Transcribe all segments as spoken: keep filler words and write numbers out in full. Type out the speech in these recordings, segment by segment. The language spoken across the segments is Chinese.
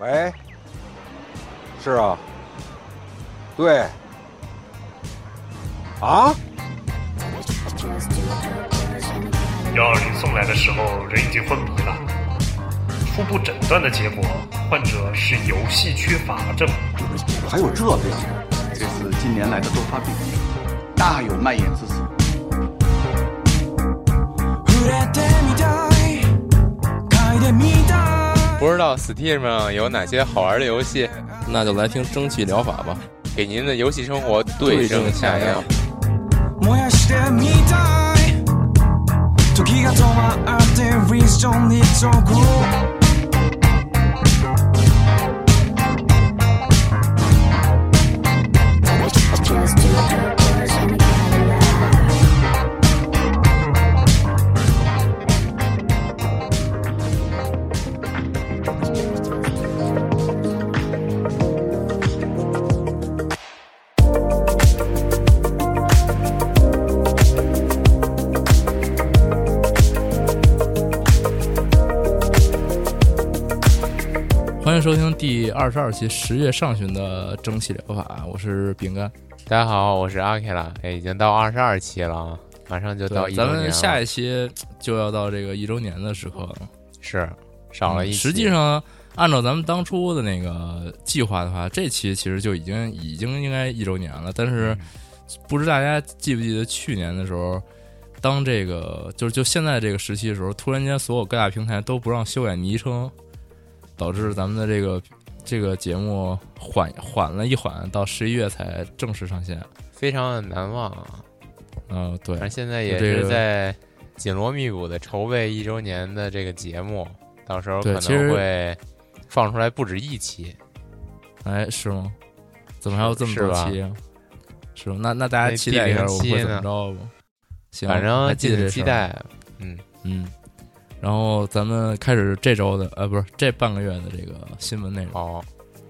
喂，是啊，对，啊， 幺二零送来的时候，人已经昏迷了。初步诊断的结果，患者是游戏缺乏症。 还有这病？ 这是近年来的多发病，大有蔓延之势。 不知道 Steam 上有哪些好玩的游戏？ 那就来听蒸汽疗法吧， 给您的游戏生活对症下药。 欢迎收听第二十二期十月上旬的蒸汽疗法，我是饼干。 大家好，我是阿 K 了，哎，已经到二十二期了，马上就到一周年了。 咱们下一期就要到这个一周年的时刻了， 是少了一期、 嗯。实际上，按照咱们当初的那个计划的话，这期其实就已经已经应该一周年了。但是，不知大家记不记得去年的时候，当这个就是就现在这个时期的时候，突然间所有各大平台都不让修改昵称。导致咱们的这个这个节目缓缓了一缓，到十一月才正式上线， 非常的难忘啊。 嗯、呃，对。 而现在也是在紧锣密鼓的筹备一周年的这个节目，到时候可能会放出来不止一期。 哎，是吗？怎么还有这么多期啊？是吗？那那大家期待一下我会怎么着吧？行， 反正还记得这期待。嗯嗯。然后咱们开始这周的呃，不是这半个月的这个新闻内容。 哦。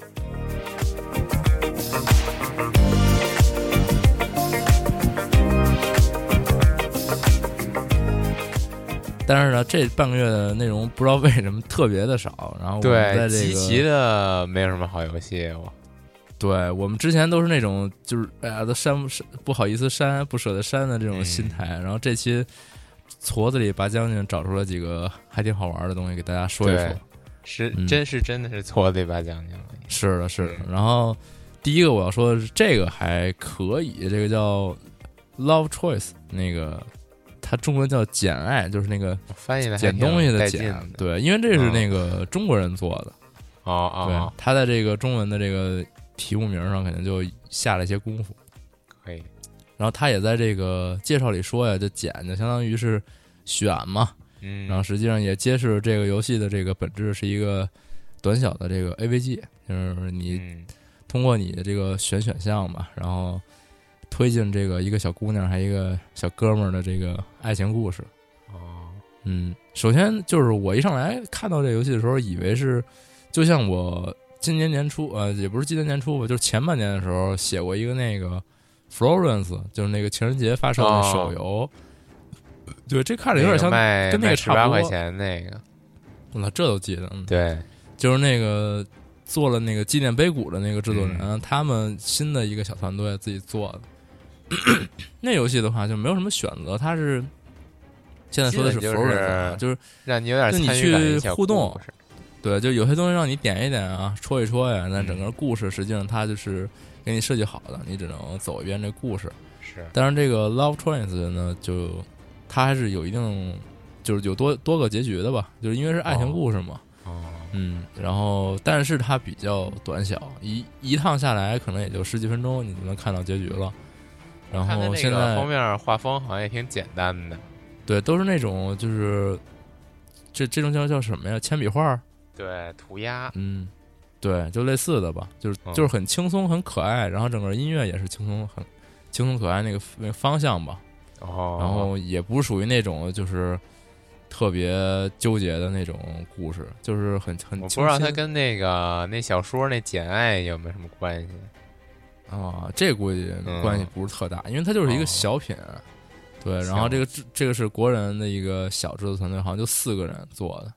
但是呢，这半个月的内容不知道为什么特别的少。然后我们在这个极其的没有什么好游戏我。 对，我们之前都是那种就是哎呀都删不不好意思删不舍得删的这种心态，嗯、然后这期。矬子里拔将军找出了几个还挺好玩的东西给大家说一说， 是、 嗯、 真是真的是矬子里拔将军了。 是的，是的。然后第一个我要说的是这个还可以，这个叫 Love Choice， 那个它中文叫简爱，就是那个翻译的捡东西的捡。对，因为这是那个中国人做的。 哦哦。 对，他在这个中文的这个题目名上肯定就下了一些功夫。 可以。 然后他也在这个介绍里说呀，就捡就相当于是选嘛， 嗯， 然后实际上也揭示这个游戏的这个本质是一个短小的这个 A V G， 就是你通过你的这个选选项吧，然后推进这个一个小姑娘还有一个小哥们儿的这个爱情故事。 哦， 嗯，首先就是我一上来看到这游戏的时候，以为是就像我今年年初呃，也不是今年年初吧，就是前半年的时候写过一个那个。Florence 就是那个情人节发售的手游，哦、对，这看着有点像跟那个差不多。十八块钱那个， 我操，这都记得。嗯、 对， 就是那个做了那个纪念碑谷的那个制作人，嗯、他们新的一个小团队自己做的。那游戏的话就没有什么选择，它是现在说的是 Florence， 就是让你有点参与感，你去互动。对，就有些东西让你点一点啊，戳一戳呀，那整个故事实际上它就是给你设计好的，你只能走一遍这故事。 是， 但是这个 Love Choice 呢，就它还是有一定，就是有多多个结局的吧，就是因为是爱情故事嘛。 哦。 嗯，然后但是它比较短小，一一趟下来可能也就十几分钟，你就能看到结局了。然后现在封面画风好像也挺简单的。 对，都是那种就是这这种叫叫什么呀？铅笔画。 对，涂鸦， 嗯，对，就类似的吧，就是就是很轻松，很可爱，然后整个音乐也是轻松，很轻松可爱那个那个方向吧。 哦， 然后也不是属于那种就是特别纠结的那种故事，就是很很。 我不知道它跟那个那小说那《简爱》有没有什么关系啊？这估计关系不是特大，嗯、因为它就是一个小品。哦、对，然后这个这个是国人的一个小制作团队，好像就四个人做的。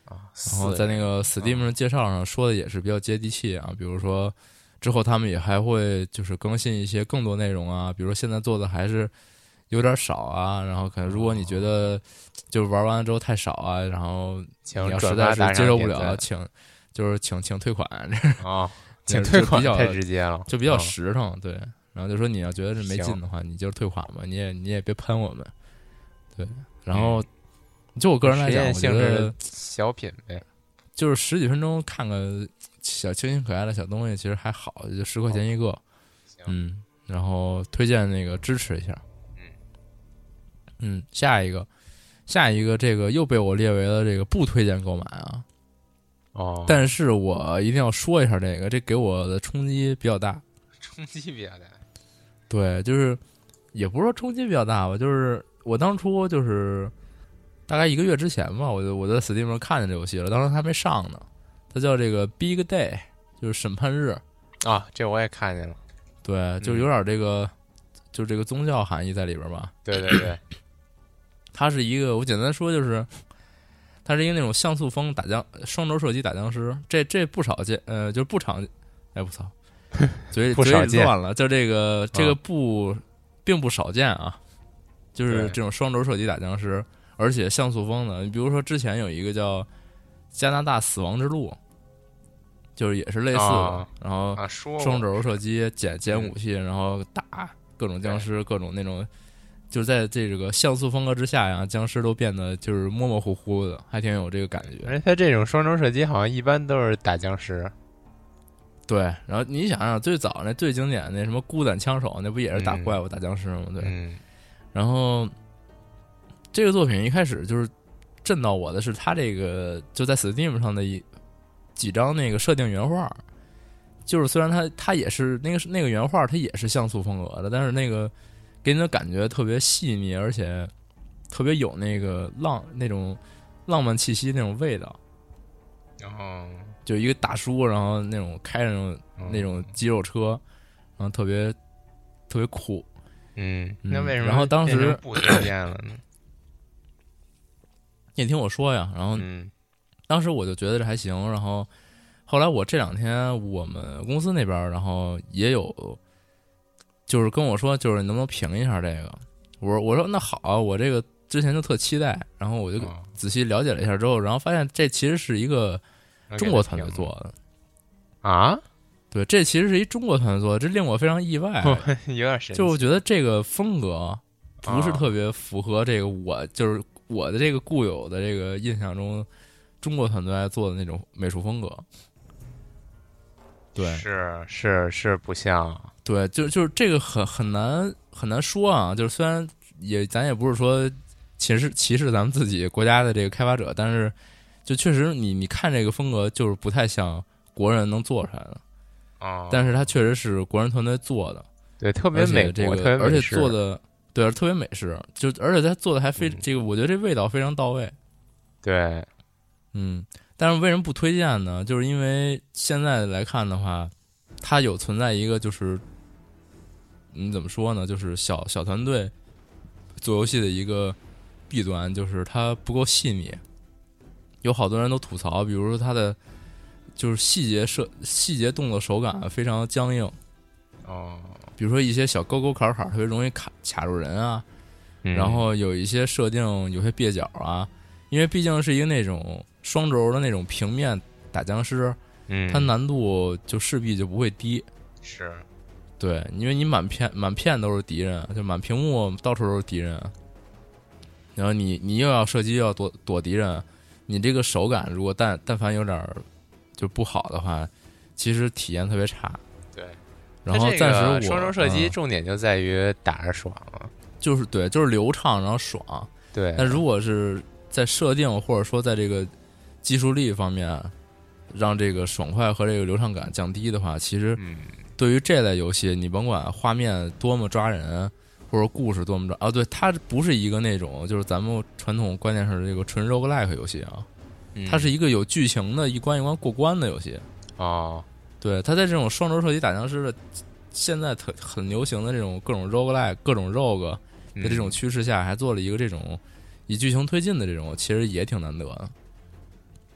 啊， 然后在那个 Steam 上介绍上说的也是比较接地气啊，比如说之后他们也还会就是更新一些更多内容啊，比如说现在做的还是有点少啊，然后可能如果你觉得就是玩完了之后太少啊，然后你要实在是接受不了，请就是请请退款啊，请退款太直接了， 就比较实诚，对。然后就说你要觉得是没劲的话，你就是退款吧，你也你也别喷我们，对。然后就我个人来讲，我觉得小品呗， 就是十几分钟看个小清新可爱的小东西，其实还好，就十块钱一个，嗯。然后推荐那个支持一下，嗯嗯。下一个，下一个这个又被我列为了这个不推荐购买啊。 哦。 但是我一定要说一下这个，这给我的冲击比较大， 冲击比较大。 对，就是也不是说冲击比较大吧，就是我当初就是大概一个月之前吧，我就我在 Steam 上看见这游戏了，当时它还没上呢。它叫这个 Big Day， 就是审判日啊，这我也看见了。 对，就有点这个，嗯、就这个宗教含义在里边吧。 对对对， 它是一个，我简单说就是，它是一个那种像素风打僵双轴射击打僵尸，这这不少见，呃，就是不常，哎我操。嘴不少见乱了，就这个这个不、嗯、并不少见啊，就是这种双轴射击打僵尸，而且像素风的。你比如说之前有一个叫《加拿大死亡之路》，就是也是类似的， 啊、 然后双轴射击捡捡武器，然后打各种僵尸，各种那种，就是在这个像素风格之下呀，僵尸都变得就是模模糊糊的，还挺有这个感觉。 而且它这种双轴射击好像一般都是打僵尸。 对，然后你想想最早那最经典的那什么孤胆枪手，那不也是打怪物、嗯、打僵尸吗？对、 嗯。 然后这个作品一开始就是震到我的是它这个就在 Steam 上的一几张那个设定原画，就是虽然它它也是那个那个原画它也是像素风格的，但是那个给你的感觉特别细腻，而且特别有那个浪那种浪漫气息那种味道。 然后。 就一个大叔，然后那种开着那种、嗯、那种肌肉车，然后特别特别酷。 嗯，那为什么？ 然后当时不推荐了呢？ 你听我说呀，然后、 嗯、 当时我就觉得这还行。然后后来我这两天我们公司那边，然后也有就是跟我说，就是你能不能评一下这个？我说我说那好啊，我这个之前就特期待，然后我就仔细了解了一下之后，然后发现这其实是一个。中国团队做的啊， 对，这其实是一中国团队做的，这令我非常意外， 有点神奇。 就我觉得这个风格不是特别符合这个我、啊、就是我的这个固有的这个印象中中国团队做的那种美术风格。对， 是是是不像， 对，就就是这个很很难很难说啊。就是虽然也咱也不是说歧视歧视咱们自己国家的这个开发者，但是。就确实你，你你看这个风格就是不太像国人能做出来的啊， 但是它确实是国人团队做的， 对，特别美这个，而且做的对，特别美式，就而且他做的还非、嗯、这个，我觉得这味道非常到位。 对， 嗯，但是为什么不推荐呢？就是因为现在来看的话，它有存在一个就是你怎么说呢？就是小小团队做游戏的一个弊端，就是它不够细腻。有好多人都吐槽，比如说它的就是细节设细节动作手感非常僵硬哦， 比如说一些小沟沟坎坎特别容易卡卡住人啊、嗯，然后有一些设定有些蹩脚啊，因为毕竟是一个那种双轴的那种平面打僵尸， 嗯， 它难度就势必就不会低， 是， 对，因为你满片满片都是敌人，就满屏幕到处都是敌人，然后你你又要射击又要躲躲敌人。你这个手感如果但但凡有点就不好的话，其实体验特别差。 对， 然后暂时我双轴射击重点就在于打着爽了、嗯， 就是对，就是流畅然后爽。 对， 但如果是在设定或者说在这个技术力方面，让这个爽快和这个流畅感降低的话，其实对于这类游戏，你甭管画面多么抓人。或者故事多么着啊？对，它不是一个那种就是咱们传统观念上的这个纯 roguelike 游戏啊， 嗯、 它是一个有剧情的一关一关过关的游戏啊、哦。 对，它在这种双轴射击打僵尸的现在特很流行的这种各种 roguelike 各种 rogue 的这种趋势下，还做了一个这种以剧情推进的这种，其实也挺难得的。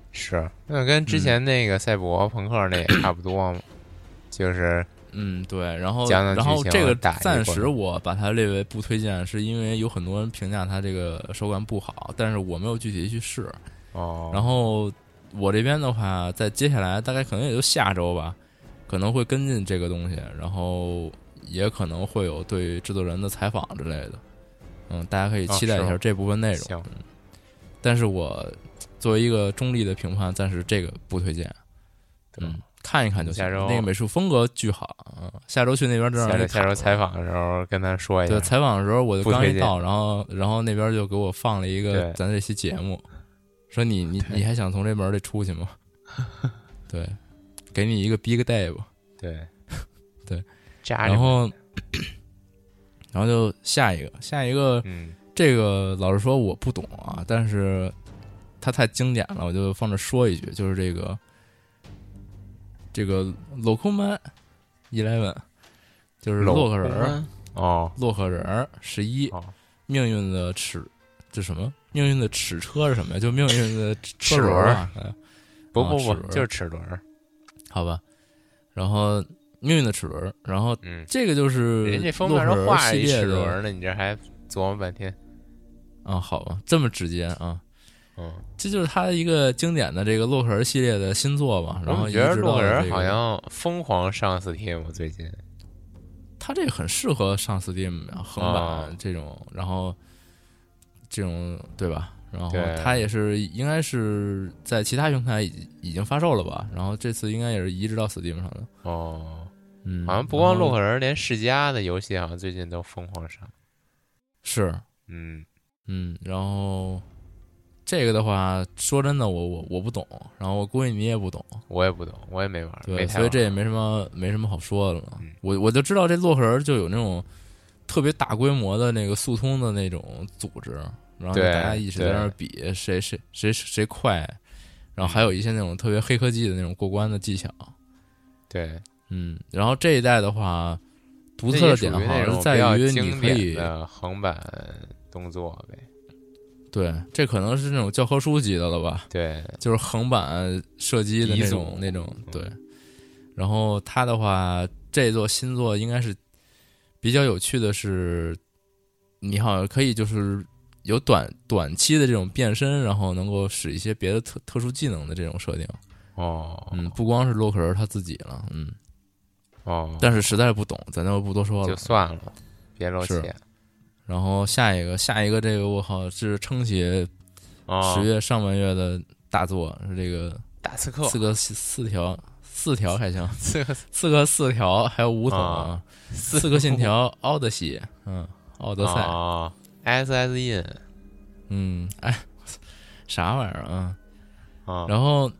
是，那跟之前那个赛博朋克那也差不多嘛，就是嗯对，然后讲讲然后这个打暂时我把它列为不推荐，是因为有很多人评价它这个手感不好，但是我没有具体去试。 哦， 然后我这边的话，在接下来大概可能也就下周吧，可能会跟进这个东西，然后也可能会有对制作人的采访之类的。嗯，大家可以期待一下这部分内容。 哦嗯，但是我作为一个中立的评判，暂时这个不推荐。嗯，看一看就行。 下周那个美术风格巨好啊、嗯！下周去那边正好下周下周采访的时候跟他说一下。 对，采访的时候我就刚一到，然后然后那边就给我放了一个咱这期节目，说你你你还想从这门里出去吗？对，给你一个 big day 吧。 对对，然后然后就下一个下一个， 嗯， 这个老实说我不懂啊，但是它太经典了，我就放这说一句，就是这个这个 Locoman Eleven， 就是洛克人哦， 洛克人十一， 哦， 命运的齿，这什么？命运的齿车是什么呀？就命运的车轮啊？ 不不不， 啊、 就是齿轮， 好吧。然后命运的齿轮，然后嗯， 这个就是人家封面上画一齿轮呢，你这还琢磨半天啊？好吧，这么直接啊？ 嗯， 这就是他一个经典的这个洛克人系列的新作吧。然后我觉得洛克人这个好像疯狂上 Steam 最近， 他这个很适合上 Steam 横版、 哦、 这种，然后这种对吧？然后对它也是应该是在其他平台已已经发售了吧？然后这次应该也是移植到 Steam 上的。 哦， 嗯， 好像不光洛克人，连世嘉的游戏好像最近都疯狂上。 是， 嗯嗯，然后这个的话，说真的，我我我不懂，然后我估计你也不懂， 我也不懂，我也没玩， 对， 没所以这也没什么没什么好说的了。 嗯、 我我就知道这洛克人就有那种特别大规模的那个速通的那种组织。然后大家一直在那儿比谁谁谁谁快，然后还有一些那种特别黑科技的那种过关的技巧。 对， 嗯，然后这一代的话，独特的点好像是在于你可以的横版动作呗。 对，这可能是那种教科书级的了吧？ 对， 就是横版射击的那种那种对。然后它的话，这座新作应该是比较有趣的是，你好像可以就是。有短短期的这种变身，然后能够使一些别的特特殊技能的这种设定。 哦， 嗯，不光是洛克人他自己了，嗯， 哦， 但是实在是不懂，咱就不多说了， 就算了，别露怯。 然后下一个，下一个这个我靠是撑起十月上半月的大作，哦、是这个大刺客， 四个四条，四条还行，四个四个四条，还有五桶啊，四个信条，奥德西，嗯，奥德赛。 哦S S in， 嗯，哎，啥玩意儿啊？ 啊， 然后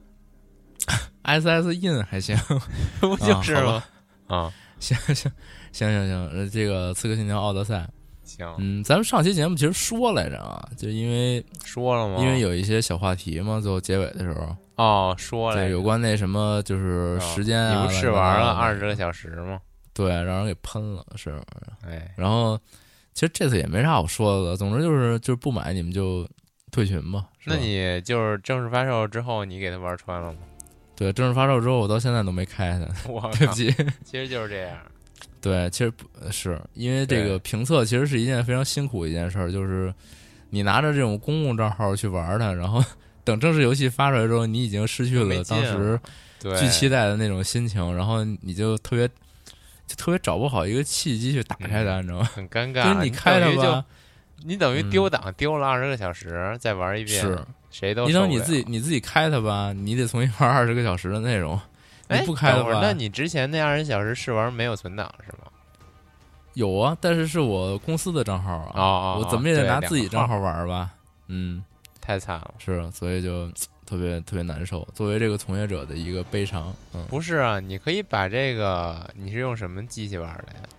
S S in 还行， 不就是吗？啊， 行行行行行，这个《刺客信条：奥德赛》 行， 嗯，咱们上期节目其实说来着啊，就因为说了吗？ 因为有一些小话题嘛，最后结尾的时候哦，说了有关那什么就是时间啊， 你不试玩了二十个小时吗？ 对，让人给喷了，是， 哎， 然后。其实这次也没啥好说的了，总之就是就是不买你们就退群吧。 那你就是正式发售之后，你给它玩穿了吗？ 对，正式发售之后，我到现在都没开它。 我对不起， 其实就是这样。 对，其实不是因为这个评测其实是一件非常辛苦的一件事儿，就是你拿着这种公共账号去玩它，然后等正式游戏发出来之后，你已经失去了当时巨期待的那种心情，然后你就特别。就特别找不好一个契机去打开它， 嗯、 你知道吗？ 很尴尬。 就是你开它吧， 你等于丢档丢了二十个小时，嗯、再玩一遍， 是谁都你等你自己你自己开它吧，你得重新玩二十个小时的内容。你不开的话， 那你之前那二十小时试玩没有存档是吗？ 有啊，但是是我公司的账号啊， 哦哦我怎么也得拿自己账号玩吧？嗯， 太惨了， 是，所以就。特别特别难受，作为这个从业者的一个悲伤。嗯， 不是啊，你可以把这个，你是用什么机器玩的呀？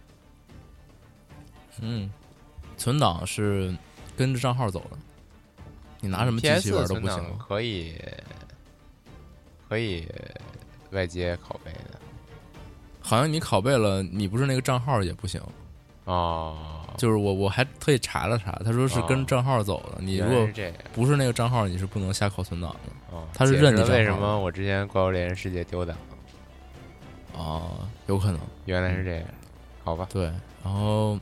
嗯，存档是跟着账号走的，你拿什么机器玩都不行。 可以，可以外接拷贝的。 好像你拷贝了，你不是那个账号也不行。 哦， 就是我我还特意查了查，他说是跟账号走的，哦、你如果不是那个账号，你是不能瞎拷存档的。 哦， 它是认你账号。 为什么我之前怪物猎人世界丢档？ 哦，有可能， 原来是这样，好吧？ 对，然后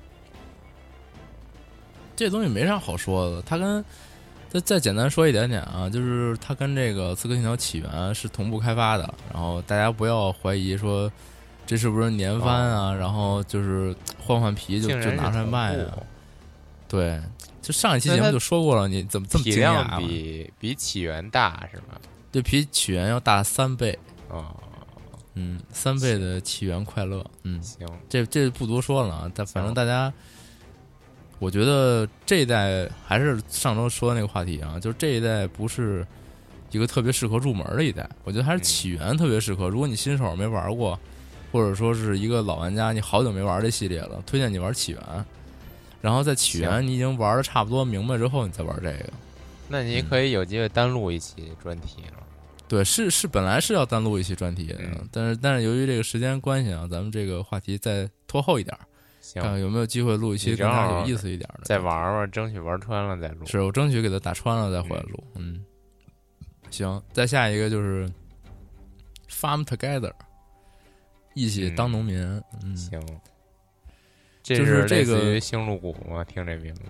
这东西没啥好说的，它跟再再简单说一点点啊，就是它跟这个《刺客信条：起源》是同步开发的，然后大家不要怀疑说这是不是年番啊，哦、然后就是换换皮就就拿出来卖啊。对，就上一期节目就说过了，你怎么这么惊讶、啊？ 体量比比起源大是吧？ 对，比起源要大三倍。 哦， 嗯，三倍的起源快乐。嗯， 行， 这这不多说了啊，但反正大家。我觉得这一代还是上周说的那个话题啊，就是这一代不是一个特别适合入门的一代，我觉得还是起源特别适合。如果你新手没玩过，或者说是一个老玩家，你好久没玩这系列了，推荐你玩起源。然后在起源你已经玩的差不多明白之后，你再玩这个。 那你可以有机会单录一期专题了。 嗯、对，是是，本来是要单录一期专题的， 嗯、 但是但是由于这个时间关系啊，咱们这个话题再拖后一点。看看有没有机会录一期更加有意思一点的， 再玩玩，争取玩穿了再录。 是我争取给他打穿了再回来录。嗯，嗯行，再下一个就是 Farm Together， 一起当农民。嗯， 嗯行， 这是这个星露谷吗？听这名字。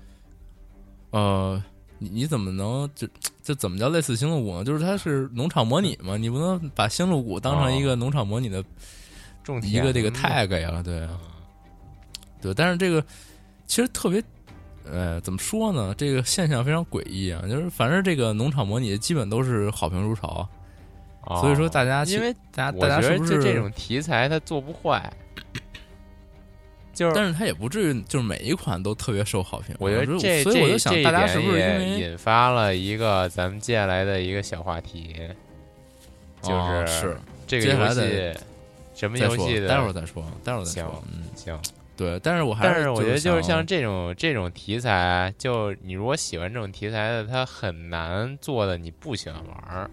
呃，你你怎么能就这怎么叫类似星露谷呢？就是它是农场模拟嘛，你不能把星露谷当成一个农场模拟的种一个这个 tag 呀，对啊。对，但是这个其实特别，呃，怎么说呢？这个现象非常诡异啊！就是反正这个农场模拟基本都是好评如潮， 哦、 所以说大家因为大家大家是不是这种题材它做不坏？就是， 但是它也不至于就是每一款都特别受好评。 我觉得这所以我就想大家是不是因为引发了一个咱们接下来的一个小话题，就是、 哦、是这个游戏什么游戏的？ 待会儿再说，待会儿再说。 行， 嗯， 行。 对，但是我还是， 但是我觉得就是像这种这种题材，就你如果喜欢这种题材的，它很难做的你不喜欢玩，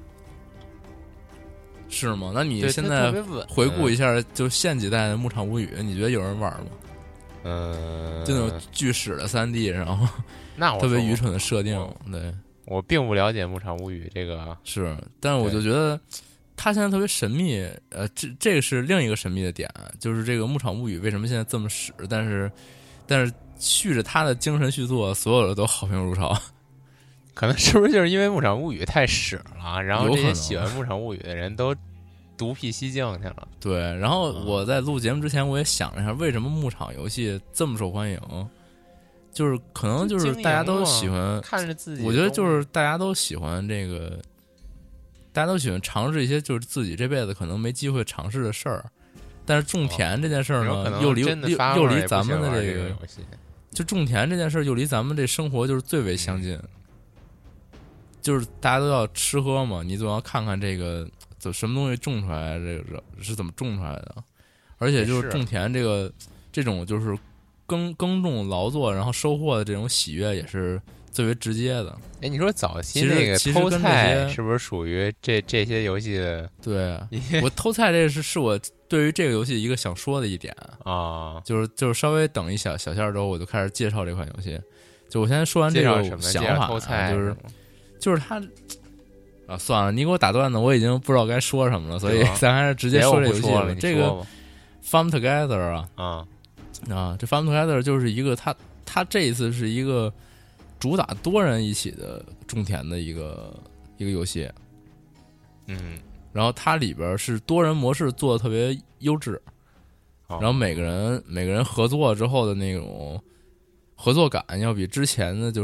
是吗？那你现在回顾一下，就现几代的《牧场物语》，你觉得有人玩吗？ 嗯， 就那种巨屎的三 D， 然后那我特别愚蠢的设定，对， 我并不了解《牧场物语》这个是，但是我就觉得。它现在特别神秘，呃，这这个是另一个神秘的点，就是这个《牧场物语》为什么现在这么屎？但是，但是续着他的精神续作，所有的都好评如潮。 可能是不是就是因为《牧场物语》太屎了，然后这些喜欢《牧场物语》的人都独辟蹊径去了。 对，然后我在录节目之前，我也想了一下，为什么牧场游戏这么受欢迎？就是可能就是大家都喜欢看着自己， 我觉得就是大家都喜欢这个。大家都喜欢尝试一些就是自己这辈子可能没机会尝试的事儿，但是种田这件事儿呢， 哦、 又离又又离咱们的这个，就种田这件事儿又离咱们这生活就是最为相近。嗯、就是大家都要吃喝嘛，你总要看看这个怎什么东西种出来，这个是怎么种出来的，而且就是种田这个这种就是耕耕种劳作然后收获的这种喜悦也是。最为直接的， 哎，你说早期那个偷菜是不是属于这这些游戏的？ 对，我偷菜这个是是我对于这个游戏一个想说的一点啊， 就是就是稍微等一小小下之后，我就开始介绍这款游戏。就我先说完这个想法， 偷菜就是就是他啊，算了，你给我打断的，我已经不知道该说什么了，所以咱还是直接说这游戏了。 这个 Farm Together 啊啊啊，这 Farm Together 就是一个他他这一次是一个。主打多人一起的种田的一个一个游戏， 嗯， 然后它里边是多人模式做的特别优质， 哦、 然后每个人每个人合作之后的那种合作感要比之前的就是，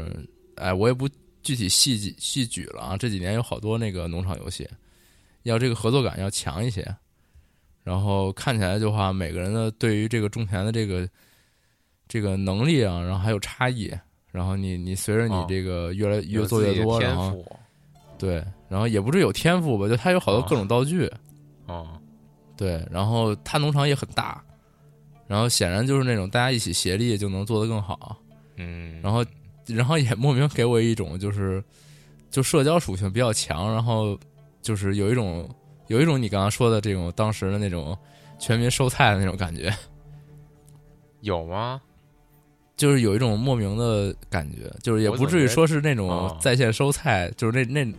哎，我也不具体细细细举了啊。这几年有好多那个农场游戏，要这个合作感要强一些，然后看起来的话，每个人的对于这个种田的这个这个能力啊，然后还有差异。然后你你随着你这个越来、哦、越做越多，然后对，然后也不是有天赋吧，就它有好多各种道具， 哦， 对，然后它农场也很大，然后显然就是那种大家一起协力就能做得更好， 嗯， 然后然后也莫名给我一种就是就社交属性比较强，然后就是有一种有一种你刚刚说的这种当时的那种全民收菜的那种感觉， 有吗？ 就是有一种莫名的感觉，就是也不至于说是那种在线收菜，哦、就是那那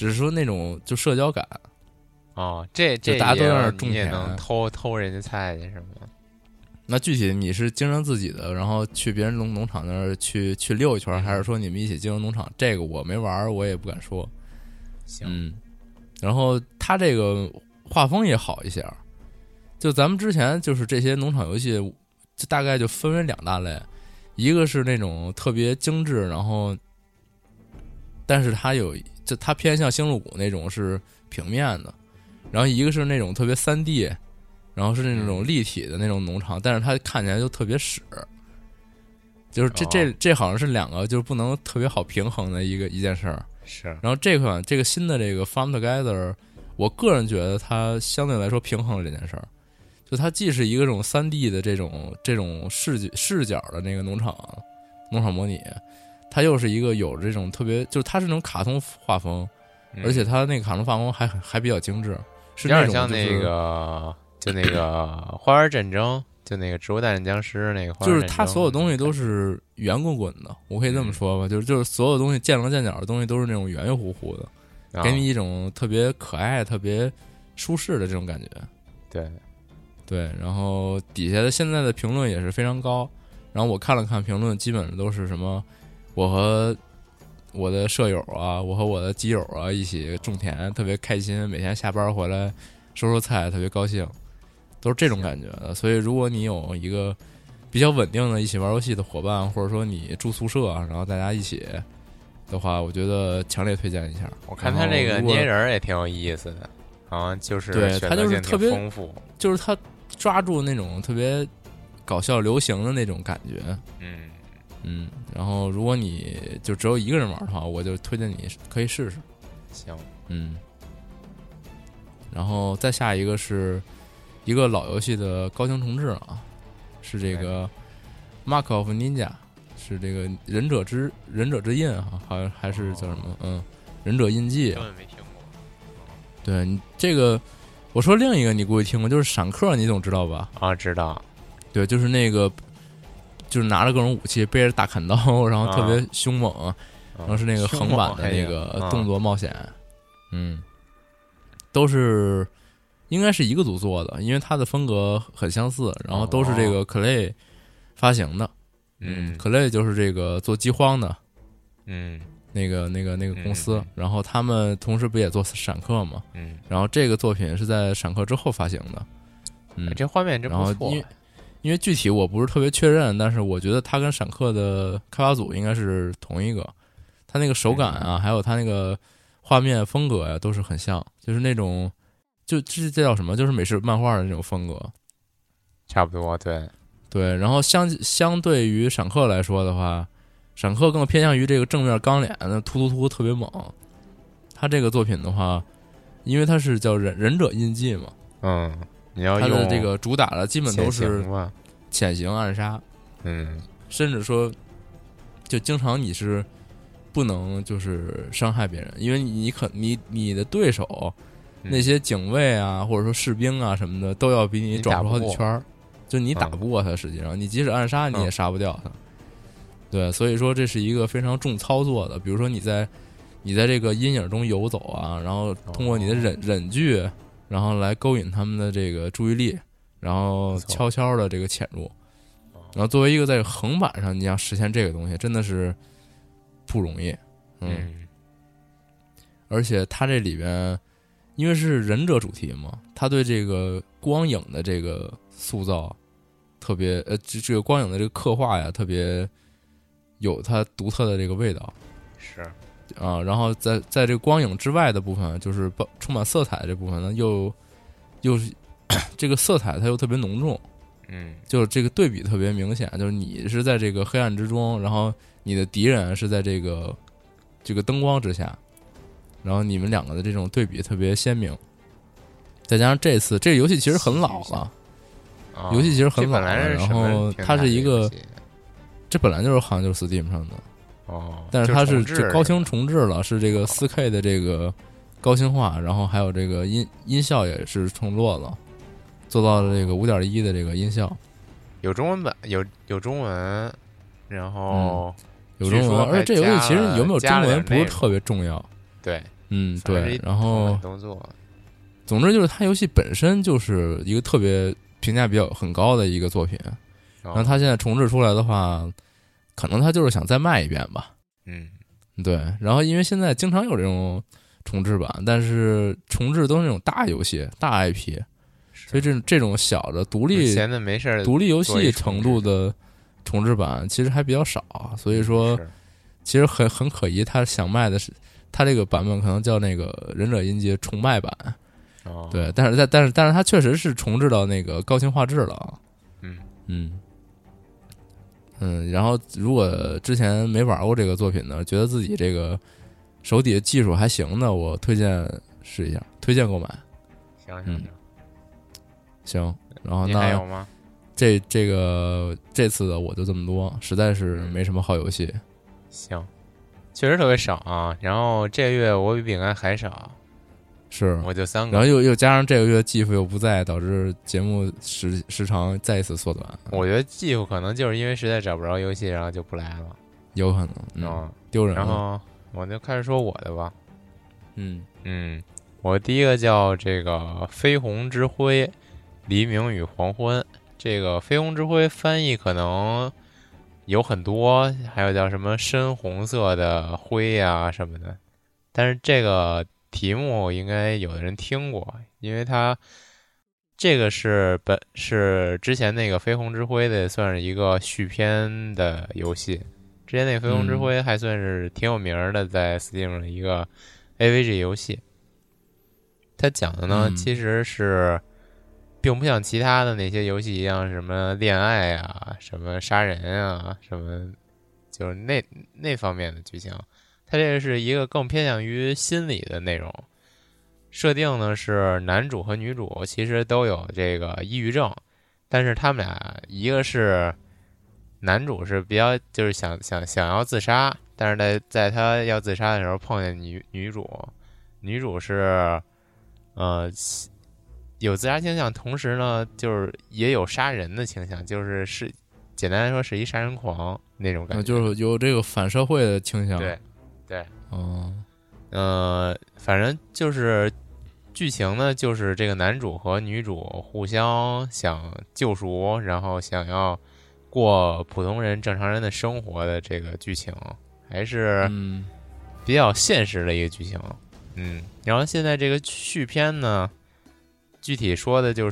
只是说那种就社交感。 哦，这这大家都在那儿种田， 你也能偷偷人家菜去是吗？ 那具体你是经营自己的，然后去别人农农场那儿去去溜一圈，还是说你们一起经营农场？这个我没玩，我也不敢说。 行， 嗯，然后它这个画风也好一些。就咱们之前就是这些农场游戏，就大概就分为两大类，一个是那种特别精致，然后，但是它有就它偏向星露谷那种是平面的，然后一个是那种特别 三 D， 然后是那种立体的那种农场，但是它看起来就特别屎，就是这这这好像是两个就是不能特别好平衡的一个一件事儿。 是， 然后这款这个新的这个 Farm Together， 我个人觉得它相对来说平衡了这件事儿。就它既是一个这种 三 D 的这种这种视视角的那个农场农场模拟，它又是一个有这种特别，就是它是那种卡通画风， 嗯、 而且它那个卡通画风还还比较精致，是有那种、 点像那个就那个花园战争，就那个植物大战僵尸那个花园战争， 就是它所有东西都是圆滚滚的，我可以这么说吧，就是就是所有东西见棱见角的东西都是那种圆圆乎乎的， 啊、 给你一种特别可爱、特别舒适的这种感觉。 对。 对，然后底下的现在的评论也是非常高，然后我看了看评论，基本上都是什么，我和我的舍友啊，我和我的基友啊一起种田，特别开心，每天下班回来收收菜，特别高兴，都是这种感觉的。所以如果你有一个比较稳定的一起玩游戏的伙伴，或者说你住宿舍，然后大家一起的话，我觉得强烈推荐一下。 我看他这个捏人也挺有意思的，好像就是对他就是特别丰富， 就是他抓住那种特别搞笑流行的那种感觉。 嗯嗯，然后如果你就只有一个人玩的话，我就推荐你可以试试。 行， 嗯。然后再下一个是一个老游戏的高清重置啊，是这个 Mark of Ninja， 是这个忍者之忍者之印啊，好像还是叫什么？嗯，忍者印记。 根本没听过。 对你这个，我说另一个你估计听过，就是闪客，你总知道吧？ 啊，知道。 对，就是那个，就是拿着各种武器，背着大砍刀，然后特别凶猛，啊、然后是那个横版的那个动作冒险，嗯，都是应该是一个组做的，因为它的风格很相似，然后都是这个 Clay 发行的， 嗯 ，Clay 就是这个做饥荒的， 嗯。 那个、那个、那个公司，嗯、然后他们同时不也做闪客嘛？ 嗯， 然后这个作品是在闪客之后发行的，嗯， 这画面真不错。 因为因为具体我不是特别确认，但是我觉得它跟闪客的开发组应该是同一个，它那个手感啊，嗯、还有它那个画面风格呀、啊，都是很像，就是那种就这这叫什么？就是美式漫画的那种风格， 差不多，对对。然后相相对于闪客来说的话。闪客更偏向于这个正面刚脸的突突突特别猛，他这个作品的话，因为它是叫忍忍者印记嘛， 嗯，你要用它的这个主打的基本都是潜行暗杀， 嗯， 甚至说就经常你是不能就是伤害别人，因为你可你你的对手、嗯、那些警卫啊或者说士兵啊什么的都要比你转出好几圈，就你打不过他，实际上、嗯、你即使暗杀你也杀不掉他。嗯对，所以说这是一个非常重操作的，比如说你在你在这个阴影中游走啊，然后通过你的忍忍具，然后来勾引他们的这个注意力，然后悄悄的这个潜入，然后作为一个在横版上你要实现这个东西，真的是不容易，嗯，嗯而且它这里边因为是忍者主题嘛，它对这个光影的这个塑造特别，呃，这这个光影的这个刻画呀，特别。有它独特的这个味道， 是啊，然后在在这个光影之外的部分，就是充满色彩这部分呢，又又是这个色彩它又特别浓重， 嗯， 就是这个对比特别明显，就是你是在这个黑暗之中，然后你的敌人是在这个这个灯光之下，然后你们两个的这种对比特别鲜明，再加上这次这个游戏其实很老了， 哦、 游戏其实很老了， 然后它是一个。这本来就是好像就是 Steam 上的哦， 但是它是这高清重置了，是这个 四 K 的这个高清化，然后还有这个音音效也是重做了，做到了这个 五点一 的这个音效， 有中文版，有有中文，然后、 嗯、有中文，而且这游戏其实有没有中文不是特别重要， 对， 嗯，对，然后动作， 总之就是它游戏本身就是一个特别评价比较很高的一个作品，然后它现在重置出来的话，可能它就是想再卖一遍吧。 嗯， 对。然后因为现在经常有这种重置版，但是重置都是那种大游戏、大 I P， 所以这这种小的独立闲的没事独立游戏程度的重置版其实还比较少，所以说其实很很可疑。他想卖的是他这个版本可能叫那个忍者音阶重卖版。 哦， 对，但是在但是但是它确实是重置到那个高清画质了。 嗯嗯嗯，然后如果之前没玩过这个作品呢，觉得自己这个手底下技术还行的，我推荐试一下，推荐购买。 行行行， 行。然后那你还有吗？ 这这个这次的我就这么多，实在是没什么好游戏。 行，确实特别少啊。然后这个月我比饼干还少。 是， 我就三个， 然后又又加上这个月继父又不在，导致节目时时长再一次缩短。 我觉得继父可能就是因为实在找不着游戏，然后就不来了， 有可能，嗯，丢人了。 然后我就开始说我的吧， 嗯嗯，我第一个叫这个《绯红之辉：黎明与黄昏》。这个“绯红之辉”翻译可能有很多，还有叫什么深红色的灰啊什么的，但是这个题目应该有的人听过，因为它这个是本是之前那个《绯红之辉》的算是一个续篇的游戏。之前那个《绯红之辉》还算是挺有名的，在 Steam 上的一个 A V G 游戏。它讲的呢， 嗯、 其实是并不像其他的那些游戏一样，什么恋爱啊、什么杀人啊、什么就是那那方面的剧情。它这个是一个更偏向于心理的内容，设定呢是男主和女主其实都有这个抑郁症，但是他们俩一个是男主是比较就是想想想要自杀，但是在在他要自杀的时候碰见女女主，女主是呃有自杀倾向，同时呢就是也有杀人的倾向，就是是简单来说是一杀人狂那种感觉， 就是有这个反社会的倾向。 对。对， 哦， 呃，反正就是剧情呢，就是这个男主和女主互相想救赎，然后想要过普通人、正常人的生活的这个剧情，还是比较现实的一个剧情。嗯，然后现在这个续篇呢，具体说的就是，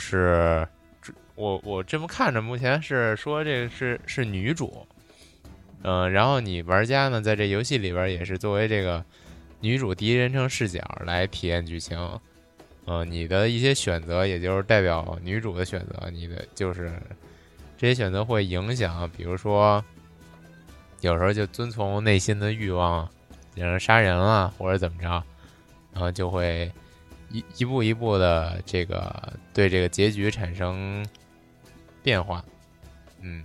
我我这么看着，目前是说这个是是女主。嗯、呃，然后你玩家呢，在这游戏里边也是作为这个女主第一人称视角来体验剧情。嗯、呃，你的一些选择，也就是代表女主的选择，你的就是这些选择会影响，比如说有时候就遵从内心的欲望，让人杀人了或者怎么着，然后就会一一步一步的这个对这个结局产生变化。嗯。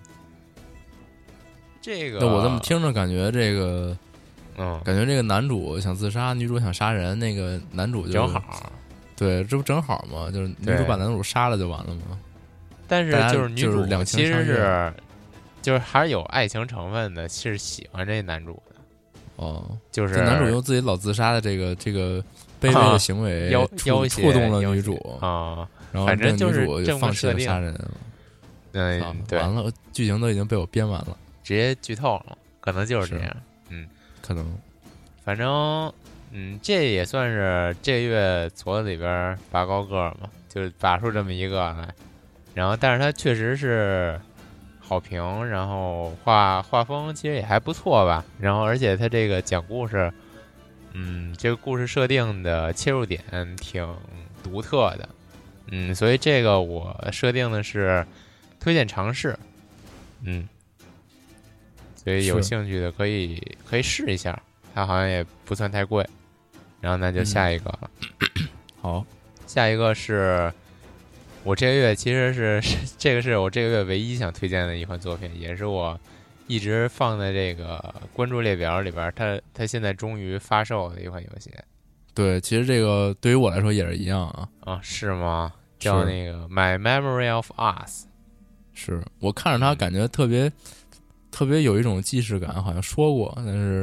这个， 那我这么听着，感觉这个， 嗯， 感觉这个男主想自杀，女主想杀人，那个男主就正好， 对，这不正好吗？就是女主把男主杀了就完了吗？ 但是就是女主两其实是，就是还是有爱情成分的，是喜欢这男主的。 哦， 就是男主用自己老自杀的这这个这个卑微的行为， 要触触动了女主啊， 然后反正就是就放弃了杀人。 嗯，对， 完了，剧情都已经被我编完了。 直接剧透了，可能就是这样，嗯， 可能， 反正，嗯，这也算是这个月矬子里边拔高个嘛，就是拔出这么一个来，然后，但是它确实是好评，然后画画风其实也还不错吧，然后，而且它这个讲故事，嗯，这个故事设定的切入点挺独特的，嗯，所以这个我设定的是推荐尝试，嗯。所以有兴趣的可以可以试一下，它好像也不算太贵。然后那就下一个了。 嗯、好， 下一个是我这个月其实是这个是我这个月唯一想推荐的一款作品，也是我一直放在这个关注列表里边，它它现在终于发售的一款游戏。 对，其实这个对于我来说也是一样啊。 啊，是吗？叫那个 My Memory of Us。 是我看着它感觉特别。特别有一种既视感，好像说过，但是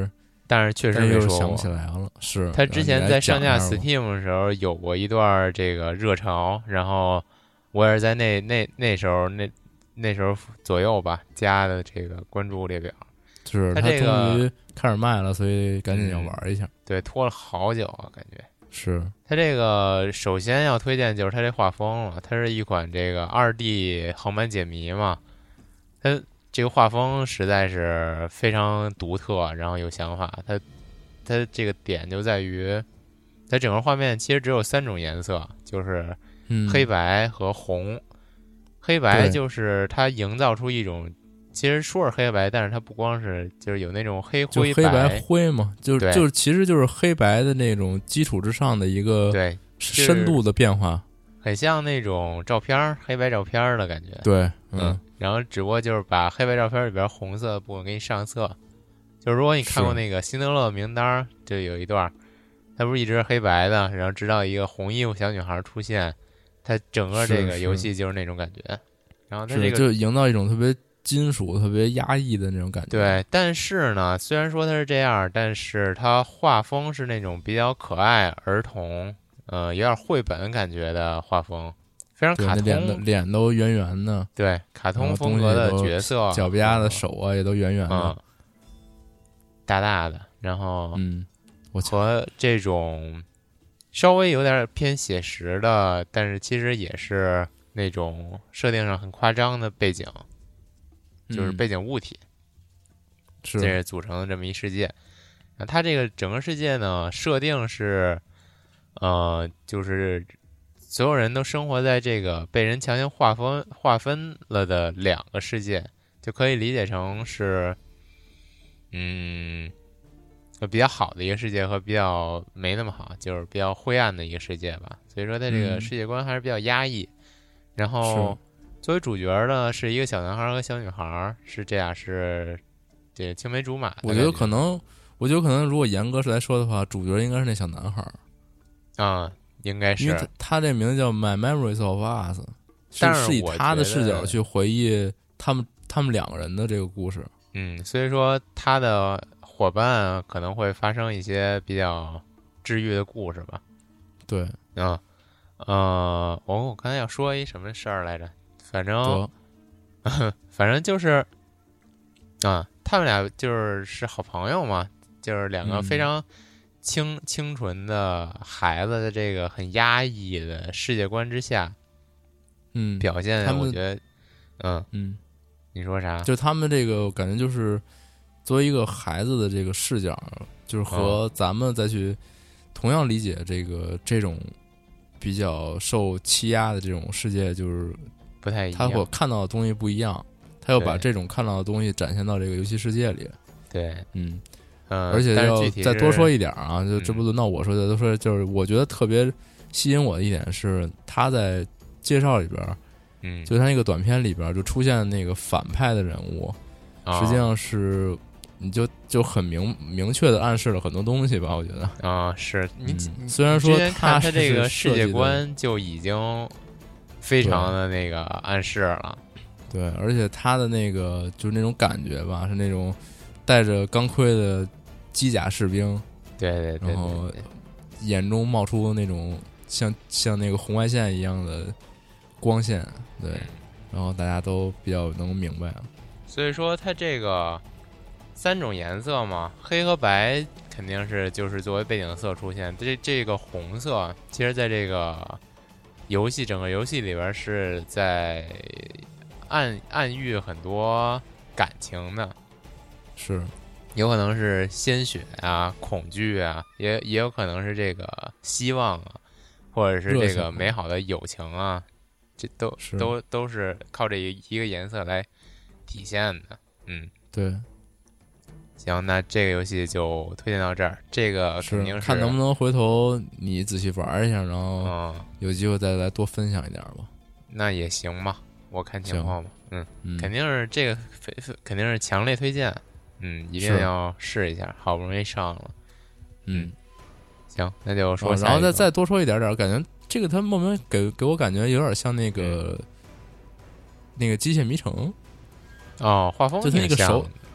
但是确实但没说过又想不起。来了。是他之前在上架然后你来讲一下吧 Steam 的时候有过一段这个热潮，然后我也是在那那那时候那那时候左右吧加的这个关注列表。 是他他这个终于开始卖了，所以赶紧要玩一下。 对，拖了好久啊，感觉。 是它这个首先要推荐就是它这画风了，它是一款这个二 D 横版解谜嘛，它这个画风实在是非常独特，然后有想法。它它这个点就在于，它整个画面其实只有三种颜色，就是嗯黑白和红。黑白对就是它营造出一种，其实说是黑白，但是它不光是就是有那种黑就灰黑白灰嘛，就对就是其实就是黑白的那种基础之上的一个对， 深度的变化。 很像那种照片儿黑白照片儿的感觉。 对， 嗯嗯， 然后只不过就是把黑白照片里边红色的部分给你上色。就是如果你看过是那个辛德勒名单，就有一段，它不是一直是黑白的，然后直到一个红衣服小女孩出现，它整个这个是游戏就是那种感觉。然后它是这个就营造一种特别金属、特别压抑的那种感觉。 对，但是呢，虽然说它是这样，但是它画风是那种比较可爱儿童，呃，有点绘本感觉的画风，非常对， 卡那脸的通。 脸都圆圆的， 对，卡通然后风格的东西也都角色， 脚丫子、 嗯手啊也都圆圆的嗯。，大大的，然后嗯，我操， 和这种稍微有点偏写实的，但是其实也是那种设定上很夸张的背景，就是嗯背景物体，这是是组成的这么一世界。那它这个整个世界呢，设定是，呃，就是所有人都生活在这个被人强行划分划分了的两个世界，就可以理解成是，嗯，比较好的一个世界和比较没那么好，就是比较灰暗的一个世界吧。所以说，它这个嗯世界观还是比较压抑。然后作为主角呢，是一个小男孩和小女孩，是这样，是这青梅竹马的感。 我觉得可能，我觉得可能，如果严格来说的话，主角应该是那小男孩儿， 啊、应该是因为他他这名字叫《My Memories of Us》， 但是是以我他的觉得视角去回忆他们他们两个人的这个故事。 嗯，所以说他的伙伴可能会发生一些比较治愈的故事吧。 对， 啊，呃，我我刚才要说一什么事儿来着？反正得反正就是啊，他们俩就是是好朋友嘛，就是两个嗯非常清、清纯的孩子的这个很压抑的世界观之下嗯， 表现， 他们我觉得，嗯， 嗯， 你说啥？ 就他们这个感觉就是作为一个孩子的这个视角，就是和咱们再去同样理解这个这种比较受欺压的这种世界，就是不太一他所样。 看到的东西不一样，他要把对这种看到的东西展现到这个游戏世界里。 对， 嗯， 嗯， 而且要但是具体是再多说一点啊，就嗯这不轮到我说，再多说就是我觉得特别吸引我的一点是，他在介绍里边， 嗯， 就他那个短片里边就出现那个反派的人物， 啊实际上是你就就很明明确的暗示了很多东西吧，我觉得。 啊，是你嗯你虽然说之前看他他这个是世界设计的观就已经非常的那个暗示了。 对，而且他的那个就是那种感觉吧，是那种带着钢盔的机甲士兵， 对对对然后对对， 眼中冒出那种像像那个红外线一样的光线，对，然后大家都比较能明白。 所以说它这个三种颜色嘛，黑和白肯定是就是作为背景色出现。这这个红色，其实在这个游戏整个游戏里边是在暗暗喻很多感情的。 是， 有可能是鲜血啊、恐惧啊，也也有可能是这个希望啊，或者是这个热情美好的友情啊，这都是都都是靠这一一个颜色来体现的。嗯， 对， 行，那这个游戏就推荐到这儿。这个肯定是看能不能回头你仔细玩一下，然后嗯， 有机会再来多分享一点吧。 那也行吧，我看情况吧。嗯， 嗯， 肯定是这个非非肯定是强烈推荐。嗯，一定是要试一下，好不容易上了。 嗯， 行，那就说哦下一个、 然后再再多说一点点，感觉这个它莫名给给我感觉有点像那个、那个机械迷城， 哦，画风就它那个挺像手的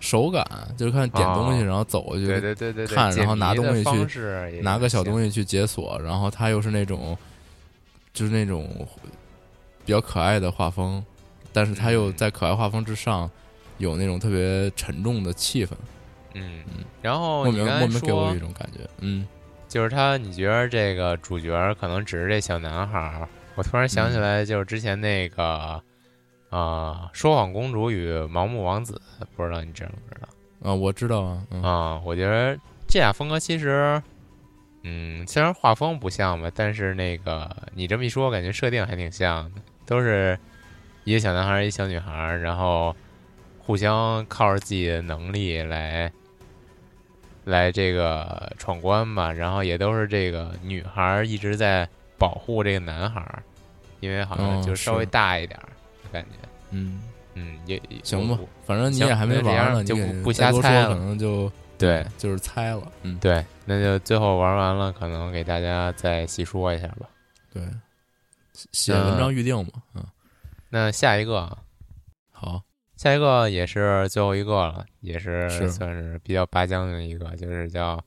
手感，就是看点东西， 哦、 然后走过去， 对对对对对， 看，然后拿东西去， 拿个小东西去解锁，然后它又是那种，就是那种比较可爱的画风，但是它又在可爱画风之上，有那种特别沉重的气氛。 嗯嗯，然后莫名莫名给我一种感觉，嗯， 就是他，你觉得这个主角可能只是这小男孩？我突然想起来，就是之前那个啊、嗯呃，说谎公主与盲目王子，不知道你知不知道？ 啊，我知道啊， 嗯、啊，我觉得这俩风格其实，嗯，虽然画风不像吧，但是那个你这么一说，我感觉设定还挺像的，都是一个小男孩，一个小女孩，然后互相靠着自己的能力来。来这个闯关吧，然后也都是这个女孩一直在保护这个男孩，因为好像就稍微大一点的感觉。 嗯嗯，也行吧，反正你也还没玩呢， 就不不瞎猜了， 可能就对， 就是猜了。嗯， 对，那就最后玩完了，可能给大家再细说一下吧。 对，写文章预定嘛。嗯， 那下一个， 好。 下一个也是最后一个了，也是算是比较拔将的一个，就是叫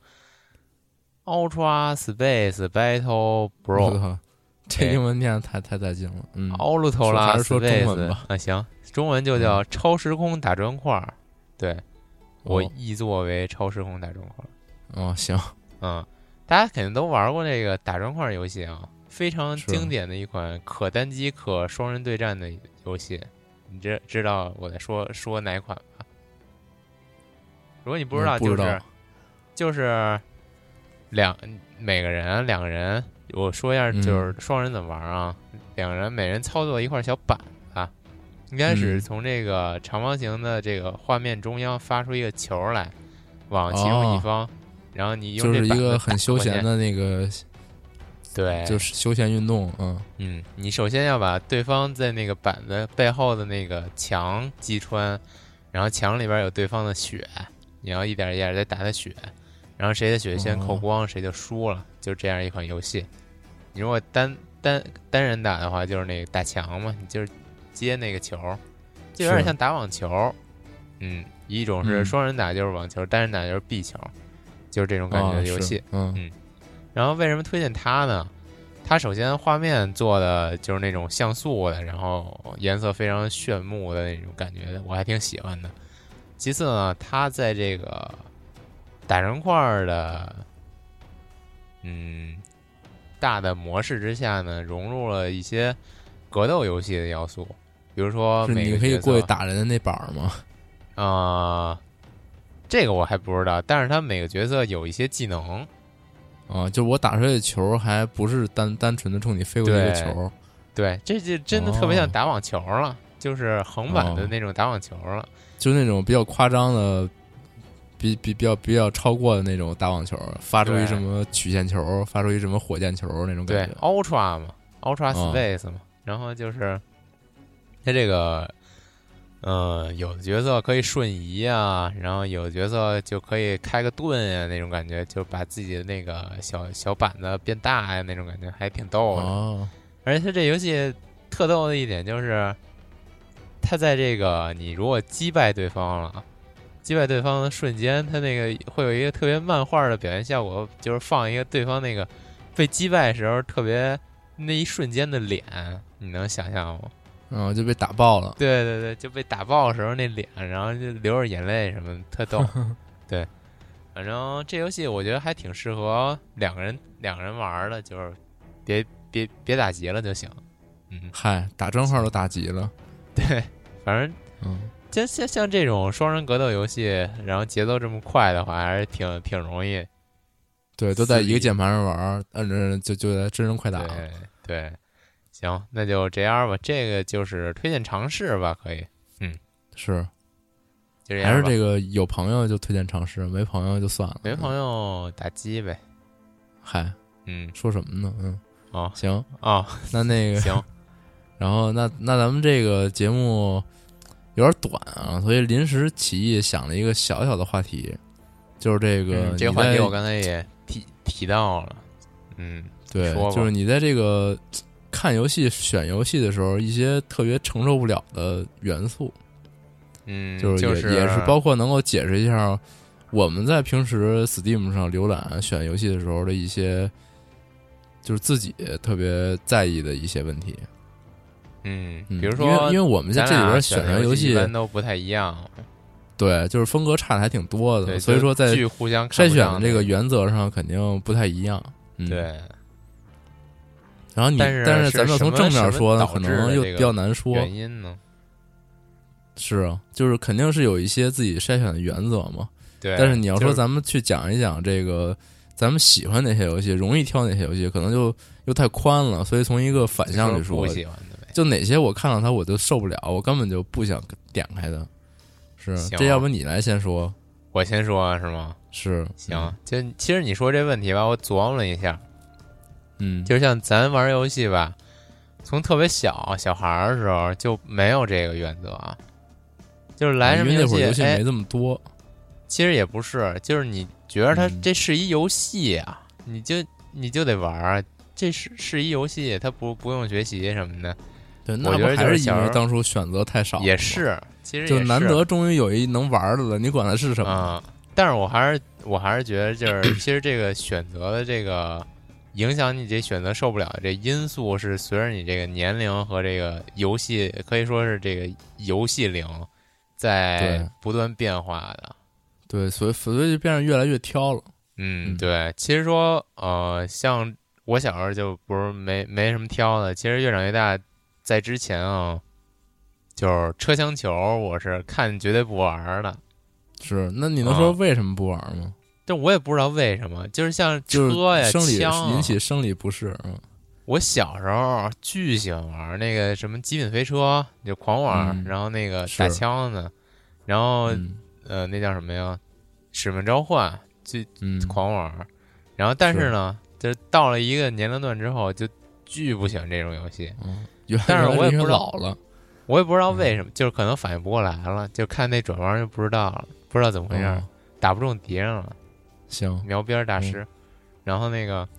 Ultra Space Battle Brawl。 这英文念太太带劲了，嗯。 Ultra 还是说中文吧？ 啊，行，中文就叫超时空打砖块。嗯、对，我译作为超时空打砖块。 哦，行， 嗯，大家肯定都玩过这个打砖块游戏啊，非常经典的一款可单机可双人对战的游戏。你知知道我在说说哪款吧？如果你不知道，就是、嗯、就是两每个人两个人，我说一下就是双人怎么玩啊？嗯、两个人每人操作一块小板子，一开始从这个长方形的这个画面中央发出一个球来，往其中一方， 哦、 然后你用这就是一个很休闲的那个。 对， 就是休闲运动，嗯嗯，你首先要把对方在那个板子背后的那个墙击穿，然后墙里边有对方的血，你要一点一点再打他血，然后谁的血先扣光，哦、谁就输了，就这样一款游戏。你如果单单单人打的话，就是那个打墙嘛，你就是接那个球，就有点像打网球。嗯，一种是双人打就是网球，嗯、单人打就是壁球，就是这种感觉的游戏。 哦、嗯。 嗯然后为什么推荐它呢？它首先画面做的就是那种像素的，然后颜色非常炫目的那种感觉的，我还挺喜欢的。其次呢，它在这个打人块的嗯大的模式之下呢，融入了一些格斗游戏的要素，比如说每个你可以过去打人的那板吗？ 啊、呃，这个我还不知道，但是它每个角色有一些技能。 啊、哦，就我打出来的球还不是单单纯的冲你飞过去的球， 对，这就真的特别像打网球了，哦、就是横版的那种打网球了，哦、 就那种比较夸张的，比比比较比较超过的那种打网球，发出一什么曲线球，发出一什么火箭球那种感觉。 对 ，Ultra 嘛 ，Ultra Space 嘛，哦、然后就是它这个。嗯，有的角色可以瞬移啊，然后有的角色就可以开个盾呀、啊，那种感觉，就把自己的那个小小板子变大呀，那种感觉还挺逗的。 哦， 而且它这游戏特逗的一点就是，它在这个你如果击败对方了，击败对方的瞬间，它那个会有一个特别漫画的表现效果，就是放一个对方那个被击败时候特别那一瞬间的脸，你能想象吗？ 嗯，就被打爆了。 对对对，就被打爆的时候那脸，然后就流着眼泪什么的，特逗。对，反正这游戏我觉得还挺适合两个人两个人玩的，就是别别别打急了就行。嗯， 嗨，打正号都打急了。 对，反正嗯，像像像这种双人格斗游戏，然后节奏这么快的话，还是挺挺容易。 对，都在一个键盘上玩，摁着就就在真人快打。 对对。行，那就这样吧。这个就是推荐尝试吧，可以。嗯， 是， 就这样吧。 还是这个有朋友就推荐尝试，没朋友就算了。 没朋友打机呗。 嗨， 嗯， 说什么呢？嗯， 哦， 行哦， 那那个行。 然后那那咱们这个节目有点短啊，所以临时起意想了一个小小的话题，就是这个、 嗯、这个话题我刚才也提提到了。嗯， 对， 说就是你在这个。看游戏选游戏的时候，一些特别承受不了的元素， 嗯， 就是也、 就是也是包括能够解释一下我们在平时 Steam 上浏览选游戏的时候的一些，就是自己特别在意的一些问题。 嗯， 嗯比如说， 因为因为我们在这里边选择游戏一般都不太一样， 对，就是风格差的还挺多的， 对， 所以说在互相筛选的这个原则上肯定不太一样。嗯、 对。 然后你， 但是但是咱们要从正面说呢，可能又比较难说。 原因呢？ 是啊，就是肯定是有一些自己筛选的原则嘛。 对。 但是你要说咱们去讲一讲这个，咱们喜欢哪些游戏，容易挑哪些游戏，可能就又太宽了。所以从一个反向去说， 不喜欢的呗， 就哪些我看到它我就受不了，我根本就不想点开的。是，这要不你来先说？ 我先说是吗？ 是， 行。就其实你说这问题吧，我琢磨了一下。 嗯， 就像咱玩游戏吧，从特别小小孩儿的时候就没有这个原则，就是来什么游戏， 因为那会儿游戏没这么多、 哎。其实也不是，就是你觉得它这是一游戏啊，嗯、你就你就得玩，这是是一游戏，它不不用学习什么的。 对，那不还是因为当初选择太少了？ 也是，其实就难得终于有一能玩的了，你管它是什么？ 啊、嗯，但是我还是我还是觉得，就是其实这个选择的这个。影响你这选择受不了的这因素是随着你这个年龄和这个游戏可以说是这个游戏龄在不断变化的。 对，所以所以就变得越来越挑了。 嗯，对。其实说呃，像我小时候就不是没没什么挑的。其实越长越大，在之前啊，就是车厢球，我是看绝对不玩的。 是，那你能说为什么不玩吗？ 但我也不知道为什么，就是像车呀、 生理枪引起生理不适。嗯， 我小时候巨喜欢玩那个什么极品飞车，就狂玩， 嗯、 然后那个打枪的，然后、 嗯、 呃那叫什么呀？使命召唤就狂玩， 嗯、 然后但是呢，是就到了一个年龄段之后，就巨不喜欢这种游戏。 嗯， 但是我也不知道老了， 我也不知道为什么，就是可能反应不过来了，就看那转弯就不知道了，不知道怎么回事， 嗯、 打不中敌人了。 行， 瞄边大师、 嗯， 然后那个，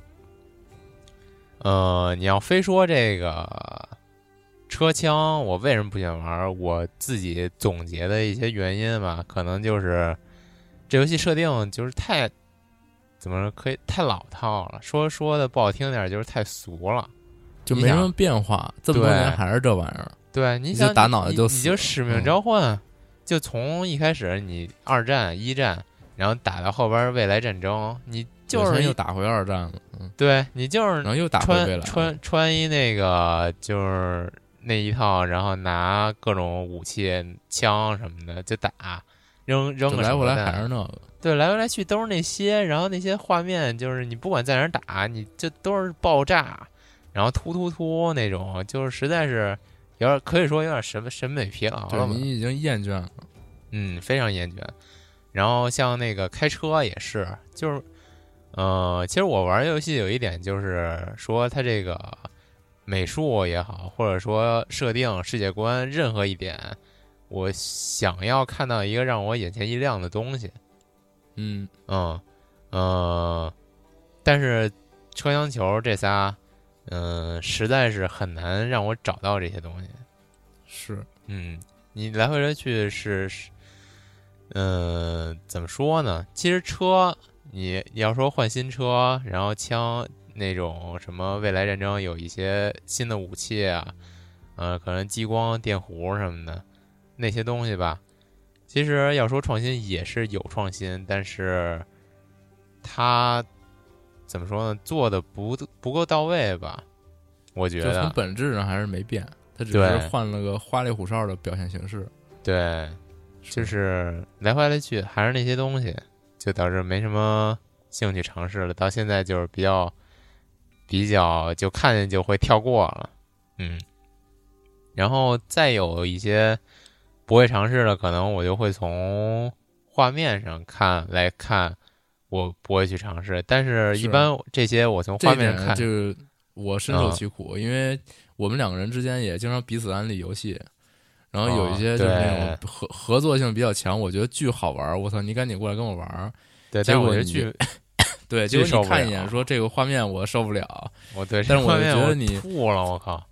呃，你要非说这个车枪，我为什么不喜欢玩？我自己总结的一些原因吧，可能就是这游戏设定就是太怎么说，可以太老套了。说说的不好听点，就是太俗了， 就没什么变化。这么多年还是这玩意儿。 对，你想打脑袋就死， 你就使命召唤，嗯、就从一开始你二战、一战。然后打到后边未来战争，你就是又打回二战了，嗯， 对你就是然后又打回未来， 穿穿穿一那个就是那一套，然后拿各种武器、枪什么的就打，扔扔个来回来还是那个， 对，来回来去都是那些，然后那些画面就是你不管在哪儿打，你这都是爆炸，然后突突突那种，就是实在是有点可以说有点审审美疲劳了， 你已经厌倦了， 嗯，非常厌倦。然后像那个开车也是，就是，呃，其实我玩游戏有一点就是说，它这个美术也好，或者说设定、世界观，任何一点，我想要看到一个让我眼前一亮的东西。 嗯嗯呃，但是车厢球这仨，嗯、呃，实在是很难让我找到这些东西。 是， 嗯，你来回来去是是。嗯、呃，怎么说呢？其实车，你要说换新车，然后枪那种什么未来战争有一些新的武器啊，呃，可能激光、电弧什么的那些东西吧。其实要说创新也是有创新，但是它怎么说呢？做的不不够到位吧？我觉得从本质上还是没变，它只是换了个花里胡哨的表现形式。 对。就是来回来去还是那些东西，就导致没什么兴趣尝试了。到现在就是比较比较就看见就会跳过了，嗯。然后再有一些不会尝试的，可能我就会从画面上看来看，我不会去尝试。但是一般这些我从画面上看， 就是我深受其苦、嗯，因为我们两个人之间也经常彼此安利游戏。然后有一些就是那种合、哦、合作性比较强，我觉得巨好玩。我操，你赶紧过来跟我玩。 对， 结果你巨对，结果你看一眼说这个画面我受不了。 我对， 但是我觉得你吐了，我靠。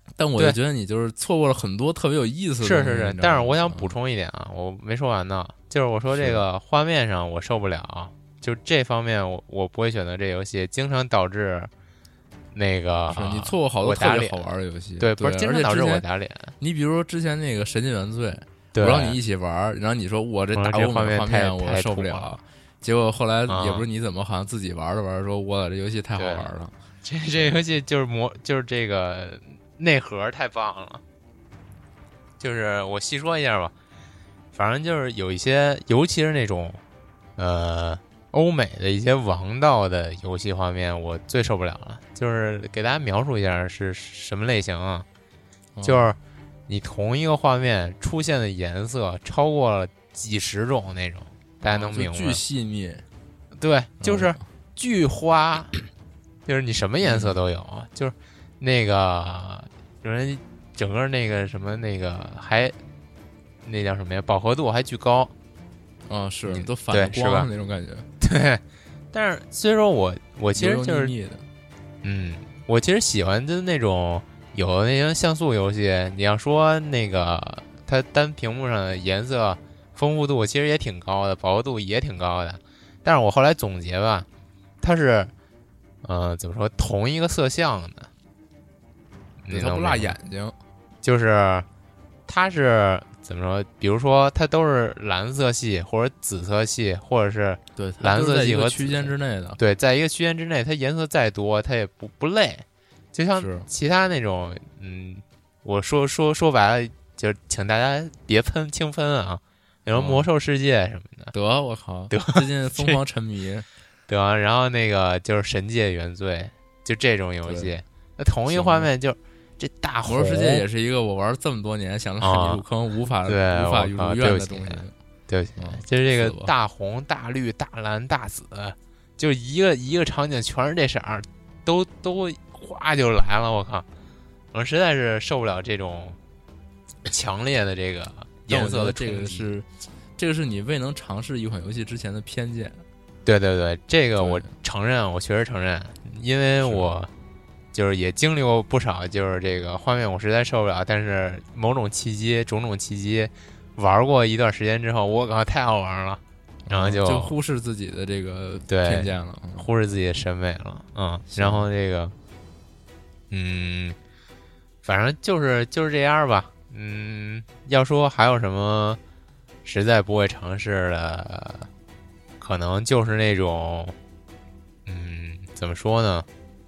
但我就觉得你就是错过了很多特别有意思的。 是是是，但是我想补充一点啊，我没说完呢，就是我说这个画面上我受不了，就这方面我我不会选择这游戏，经常导致那个是你错过好多特别好玩的游戏。 对，不是经常导致我打脸。 你比如说之前那个《神界原罪》， 我让你一起玩，然后你说我这打这画面画面我受不了，结果后来也不是你怎么好像自己玩着玩着说，我这游戏太好玩了。 这这游戏就是模就是这个内核太棒了。就是我细说一下吧，反正就是有一些，尤其是那种呃欧美的一些王道的游戏画面，我最受不了了。就是给大家描述一下是什么类型啊？ 哦、 就是你同一个画面出现的颜色超过了几十种那种，大家能明白？ 巨细腻， 对，就是巨花，就是你什么颜色都有，就是那个有人。整个那个什么那个还那叫什么呀？饱和度还巨高， 啊、哦，是你都反光那种感觉。 对，但是虽说我我其实就是油油腻腻的， 嗯，我其实喜欢的那种有的那些像素游戏。你要说那个它单屏幕上的颜色丰富度其实也挺高的，饱和度也挺高的。但是我后来总结吧，它是呃怎么说同一个色相的， 它不辣眼睛。 就是它是怎么说？比如说它都是蓝色系或者紫色系，或者是对蓝色系和区间之内的。 对，在一个区间之内，它颜色再多，它也不不累。就像其他那种，嗯，我说说说白了，就是请大家别喷轻喷啊，那种魔兽世界什么的。 得我靠， 得最近疯狂沉迷。 得，然后那个就是神界原罪，就这种游戏，那同一个画面就。这大魔兽世界也是一个我玩这么多年想拉你入坑、啊、无法对无法如愿的东西。 对不起，嗯、就是这个大红、大绿、大蓝、大紫，就一个一个场景全是这色儿，都都哗就来了。我靠，我实在是受不了这种强烈的这个颜色的冲击。 这个是这个是你未能尝试一款游戏之前的偏见。 对对对，这个我承认，我确实承认，因为我。就是也经历过不少，就是这个画面我实在受不了，但是某种契机、种种契机，玩过一段时间之后，我靠太好玩了，然后就、 嗯、就忽视自己的这个偏见了， 忽视自己的审美了，嗯，然后这个，嗯，反正就是就是这样吧，嗯，要说还有什么实在不会尝试的，可能就是那种，嗯，怎么说呢？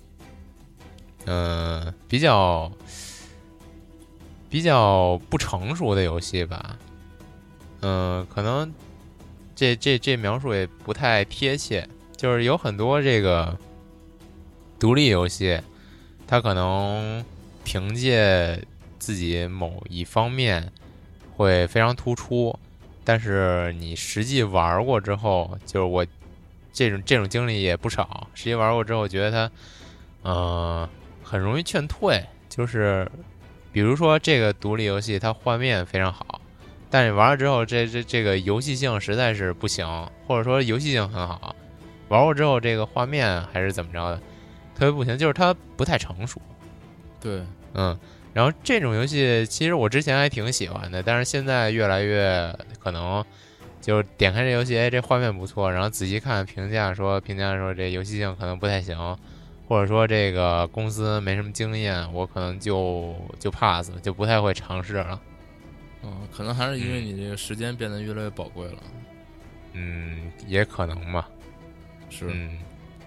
嗯、呃，比较比较不成熟的游戏吧，嗯、呃，可能这这这描述也不太贴切，就是有很多这个独立游戏，它可能凭借自己某一方面会非常突出，但是你实际玩过之后，就是我这种这种经历也不少，实际玩过之后觉得它，嗯、呃。很容易劝退，就是比如说这个独立游戏它画面非常好，但是玩了之后这这这个游戏性实在是不行，或者说游戏性很好，玩过之后这个画面还是怎么着的特别不行，就是它不太成熟。 对， 嗯，然后这种游戏其实我之前还挺喜欢的，但是现在越来越可能就点开这游戏，哎，这画面不错，然后仔细看评价说评价说这游戏性可能不太行，或者说这个公司没什么经验，我可能就就 pass， 就不太会尝试了。 嗯，可能还是因为你这个时间变得越来越宝贵了。 嗯，也可能吧。 是。 嗯。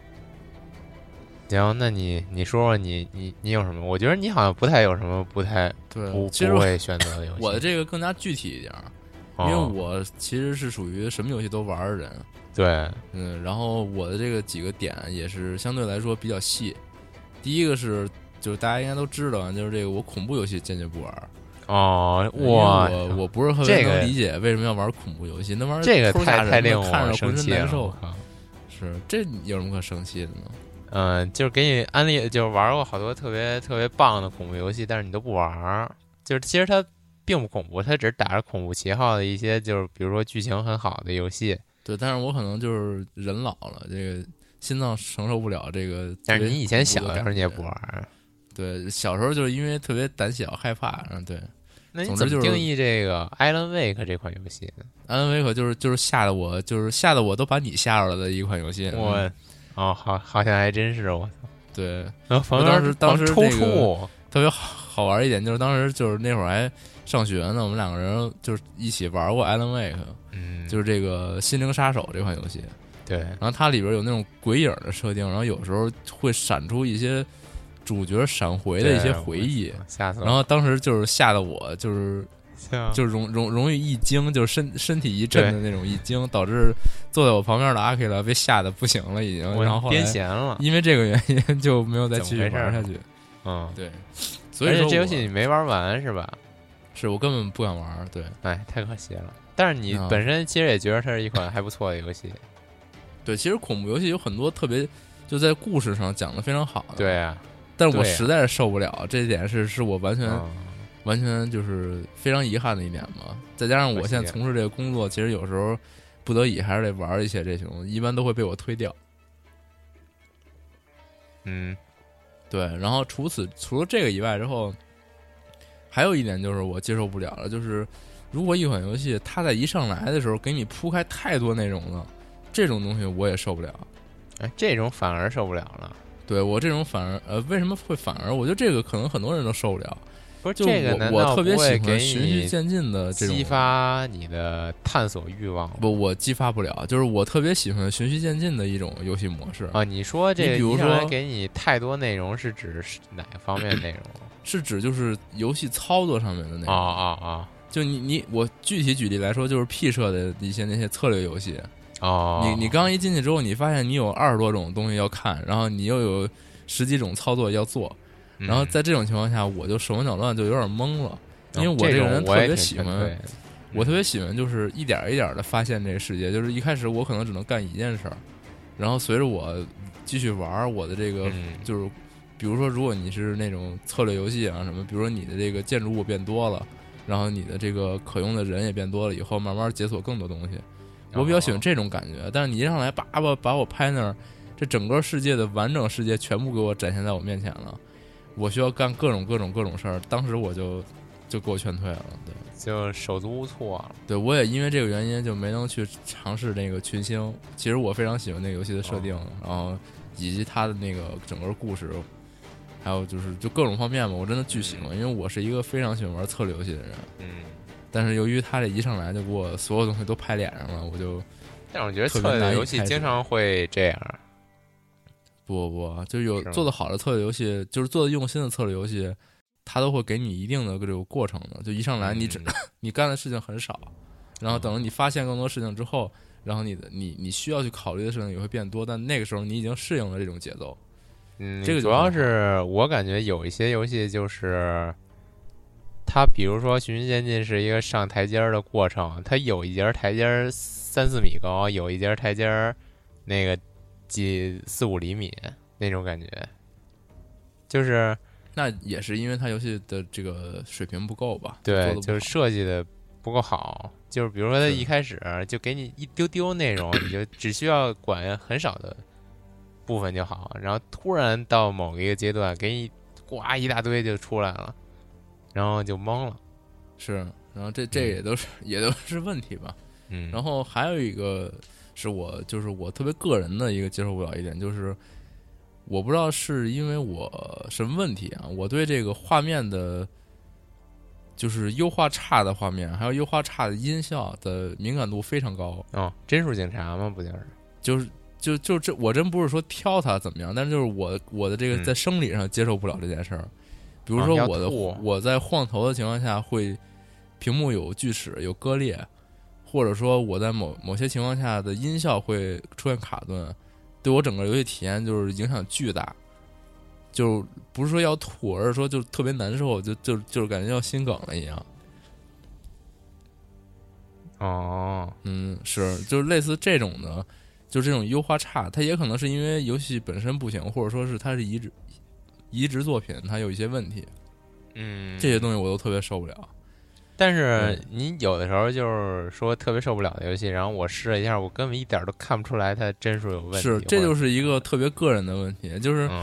行，那你你说说你你你有什么？我觉得你好像不太有什么不太对不不会选择的游戏。 我的这个更加具体一点，因为我其实是属于什么游戏都玩的人。 对， 嗯，然后我的这个几个点也是相对来说比较细。第一个是，就是大家应该都知道，就是这个我恐怖游戏坚决不玩。 哦，哇， 我我不是特别能理解为什么要玩恐怖游戏，那玩意儿这个太太令我看着浑身难受。 是， 这有什么可生气的呢？ 嗯，就是给你安利，就是玩过好多特别特别棒的恐怖游戏，但是你都不玩。就是其实它并不恐怖，它只是打着恐怖旗号的一些，就是比如说剧情很好的游戏。 对，但是我可能就是人老了，这个心脏承受不了这个。 但是你以前小的时候你也不玩， 对，小时候就是因为特别胆小害怕，嗯，对。 那你总之就是怎么定义这个 Alan Wake 这款游戏呢？ 安恩威克就是就是吓得我就是吓得我都把你吓着了的一款游戏。 我、 嗯、 哦，好，好像还真是我操。 对， 然后当时当时抽这个搐， 特别好好玩一点，就是当时就是那会儿还上学呢，我们两个人就是一起玩过 Alan Wake， 嗯， 就是这个《心灵杀手》这款游戏。 对， 然后它里边有那种鬼影的设定，然后有时候会闪出一些主角闪回的一些回忆， 吓死我。 然后当时就是吓得我就是像就容容容易一惊，就是身身体一震的那种一惊，导致坐在我旁边的阿 K 了被吓得不行了已经，然后后来癫痫了， 因为这个原因就没有再继续玩下去。 嗯， 对，所以说而且这游戏你没玩完是吧？ 是我根本不敢玩，对， 哎，太可惜了。但是你本身其实也觉得它是一款还不错的游戏。 对，其实恐怖游戏有很多特别就在故事上讲的非常好的， 对啊， 但是我实在是受不了，这一点是是我完全、 嗯、 完全就是非常遗憾的一点嘛。再加上我现在从事这个工作，其实有时候不得已还是得玩一些这种，一般都会被我推掉。 嗯， 对。然后除此除了这个以外之后，还有一点就是我接受不了了，就是如果一款游戏它在一上来的时候给你铺开太多内容了，这种东西我也受不了。 哎，这种反而受不了了。 对，我这种反而呃，为什么会反而？我觉得这个可能很多人都受不了。 不是就这个难道我特别喜不会欢循序渐进的这种激发你的探索欲望？ 不，我激发不了。就是我特别喜欢循序渐进的一种游戏模式啊。你说这个， 比如说给你太多内容，是指哪个方面内容？ 是指就是游戏操作上面的内容。 啊啊啊！ 就你你我具体举例来说，就是 P 社的一些那些策略游戏。 哦， 你你刚一进去之后，你发现你有二十多种东西要看，然后你又有十几种操作要做， 嗯、 然后在这种情况下，我就手忙脚乱，就有点懵了。因为我这个人特别喜欢， 我, 我特别喜欢就是一点一点的发现这个世界。就是一开始我可能只能干一件事儿，然后随着我继续玩我的这个， 嗯、 就是比如说，如果你是那种策略游戏啊什么，比如说你的这个建筑物变多了，然后你的这个可用的人也变多了，以后慢慢解锁更多东西。我比较喜欢这种感觉，但是你一上来叭叭把我拍那儿，这整个世界的完整世界全部给我展现在我面前了，我需要干各种各种各种事儿，当时我就就给我劝退了，对， 就手足无措了。 对，我也因为这个原因就没能去尝试那个群星。其实我非常喜欢那个游戏的设定，哦、然后以及它的那个整个故事，还有就是就各种方面吧，我真的巨喜欢，因为我是一个非常喜欢玩策略游戏的人， 嗯。 但是由于他这一上来就给我所有东西都拍脸上了，我就， 但我觉得策略游戏经常会这样。 不不不，就有做的好的策略游戏，就是做的用心的策略游戏，它都会给你一定的这个过程的。就一上来你只、嗯、你干的事情很少，然后等着你发现更多事情之后，然后你的你你需要去考虑的事情也会变多，但那个时候你已经适应了这种节奏。 嗯， 这个主要是我感觉有一些游戏就是。它比如说循序渐进是一个上台阶的过程，它有一节台阶三四米高，有一节台阶那个几四五厘米那种感觉，就是那也是因为它游戏的这个水平不够吧？ 对，就是设计的不够好。就是比如说它一开始就给你一丢丢内容，你就只需要管很少的部分就好，然后突然到某一个阶段给你呱一大堆就出来了。然后就懵了， 是，然后这这也都是、嗯、也都是问题吧， 嗯， 然后还有一个是我就是我特别个人的一个接受不了一点，就是我不知道是因为我什么问题啊，我对这个画面的，就是优化差的画面，还有优化差的音效的敏感度非常高。 哦，帧数警察吗？不就是， 就是就就这，我真不是说挑它怎么样，但是就是我我的这个在生理上接受不了这件事儿。嗯比如说我的、 哦、 我在晃头的情况下会屏幕有锯齿有割裂，或者说我在某某些情况下的音效会出现卡顿，对我整个游戏体验就是影响巨大，就不是说要吐，而是说就特别难受，就就就是感觉要心梗了一样。 哦， 嗯，是，就是类似这种的，就这种优化差，它也可能是因为游戏本身不行，或者说是它是移植。移植作品它有一些问题， 嗯， 这些东西我都特别受不了。 但是你有的时候就是说特别受不了的游戏，然后我试了一下，我根本一点都看不出来它帧数有问题。 是，这就是一个特别个人的问题，就是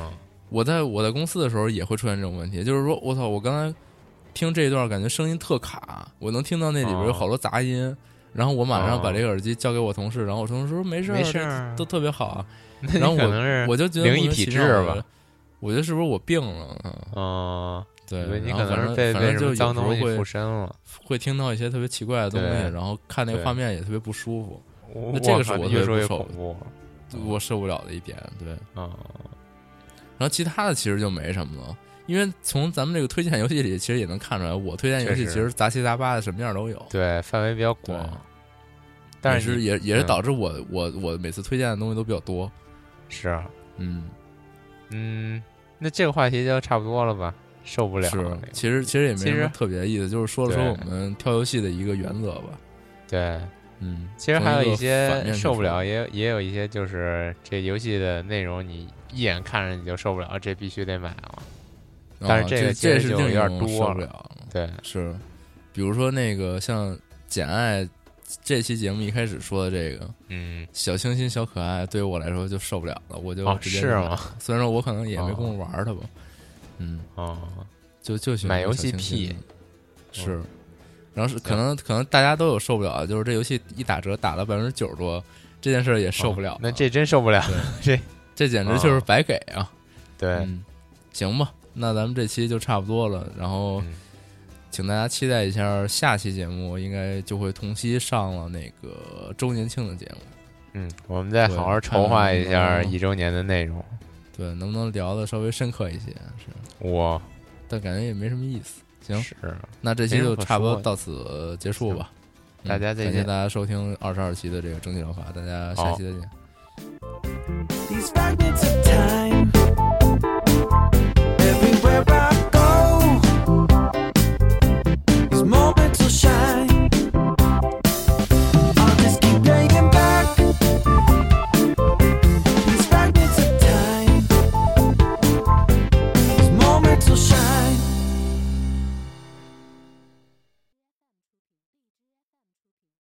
我在我在公司的时候也会出现这种问题，就是说我操，我刚才听这一段感觉声音特卡，我能听到那里边有好多杂音，哦、然后我马上把这个耳机交给我同事，然后我同事说没事没事， 都特别好啊。 然后我可能是我就觉得灵异体质吧， 我觉得是不是我病了？ 哦， 对， 你可能是被反正就脏东西会附身了， 会听到一些特别奇怪的东西，然后看那个画面也特别不舒服。那这个是我越说越受恐怖， 我受不了的一点。对啊， 然后其他的其实就没什么了，因为从咱们这个推荐游戏里，其实也能看出来，我推荐游戏其实杂七杂八的，什么样都有。 对，范围比较广，但是也也是导致我我我每次推荐的东西都比较多。 是啊， 嗯嗯，那这个话题就差不多了吧？受不了。 是，其实其实也没什么特别的意思，就是说了说我们挑游戏的一个原则吧。 对， 嗯， 其实还有一些受不了，也也有一些就是这游戏的内容你一眼看着你就受不了，这必须得买了。但是这个这是就有点多受不了。 对， 是，比如说那个像《简爱》。这期节目一开始说的这个， 嗯， 小清新、小可爱，对于我来说就受不了了，我就直接、 哦、是吗？ 虽然说我可能也没工夫玩它吧， 哦、 嗯， 哦， 就就喜欢买游戏屁， 是，然后是可能可能大家都有受不了，就是这游戏一打折打了百分之九十多，这件事也受不了、哦。 那这真受不了，这这简直就是白给啊！ 哦、对、 嗯，行吧，那咱们这期就差不多了，然后。嗯，请大家期待一下下期节目，应该就会同期上了那个周年庆的节目。 嗯，我们再好好筹划一下一周年的内容。 对，能不能聊的稍微深刻一些？是我， 但感觉也没什么意思。行， 是， 那这期就差不多到此结束吧。 嗯、大家再见， 感谢大家收听二十二期的这个蒸汽疗法，大家下期再见。These fragments of time, everywhere I go.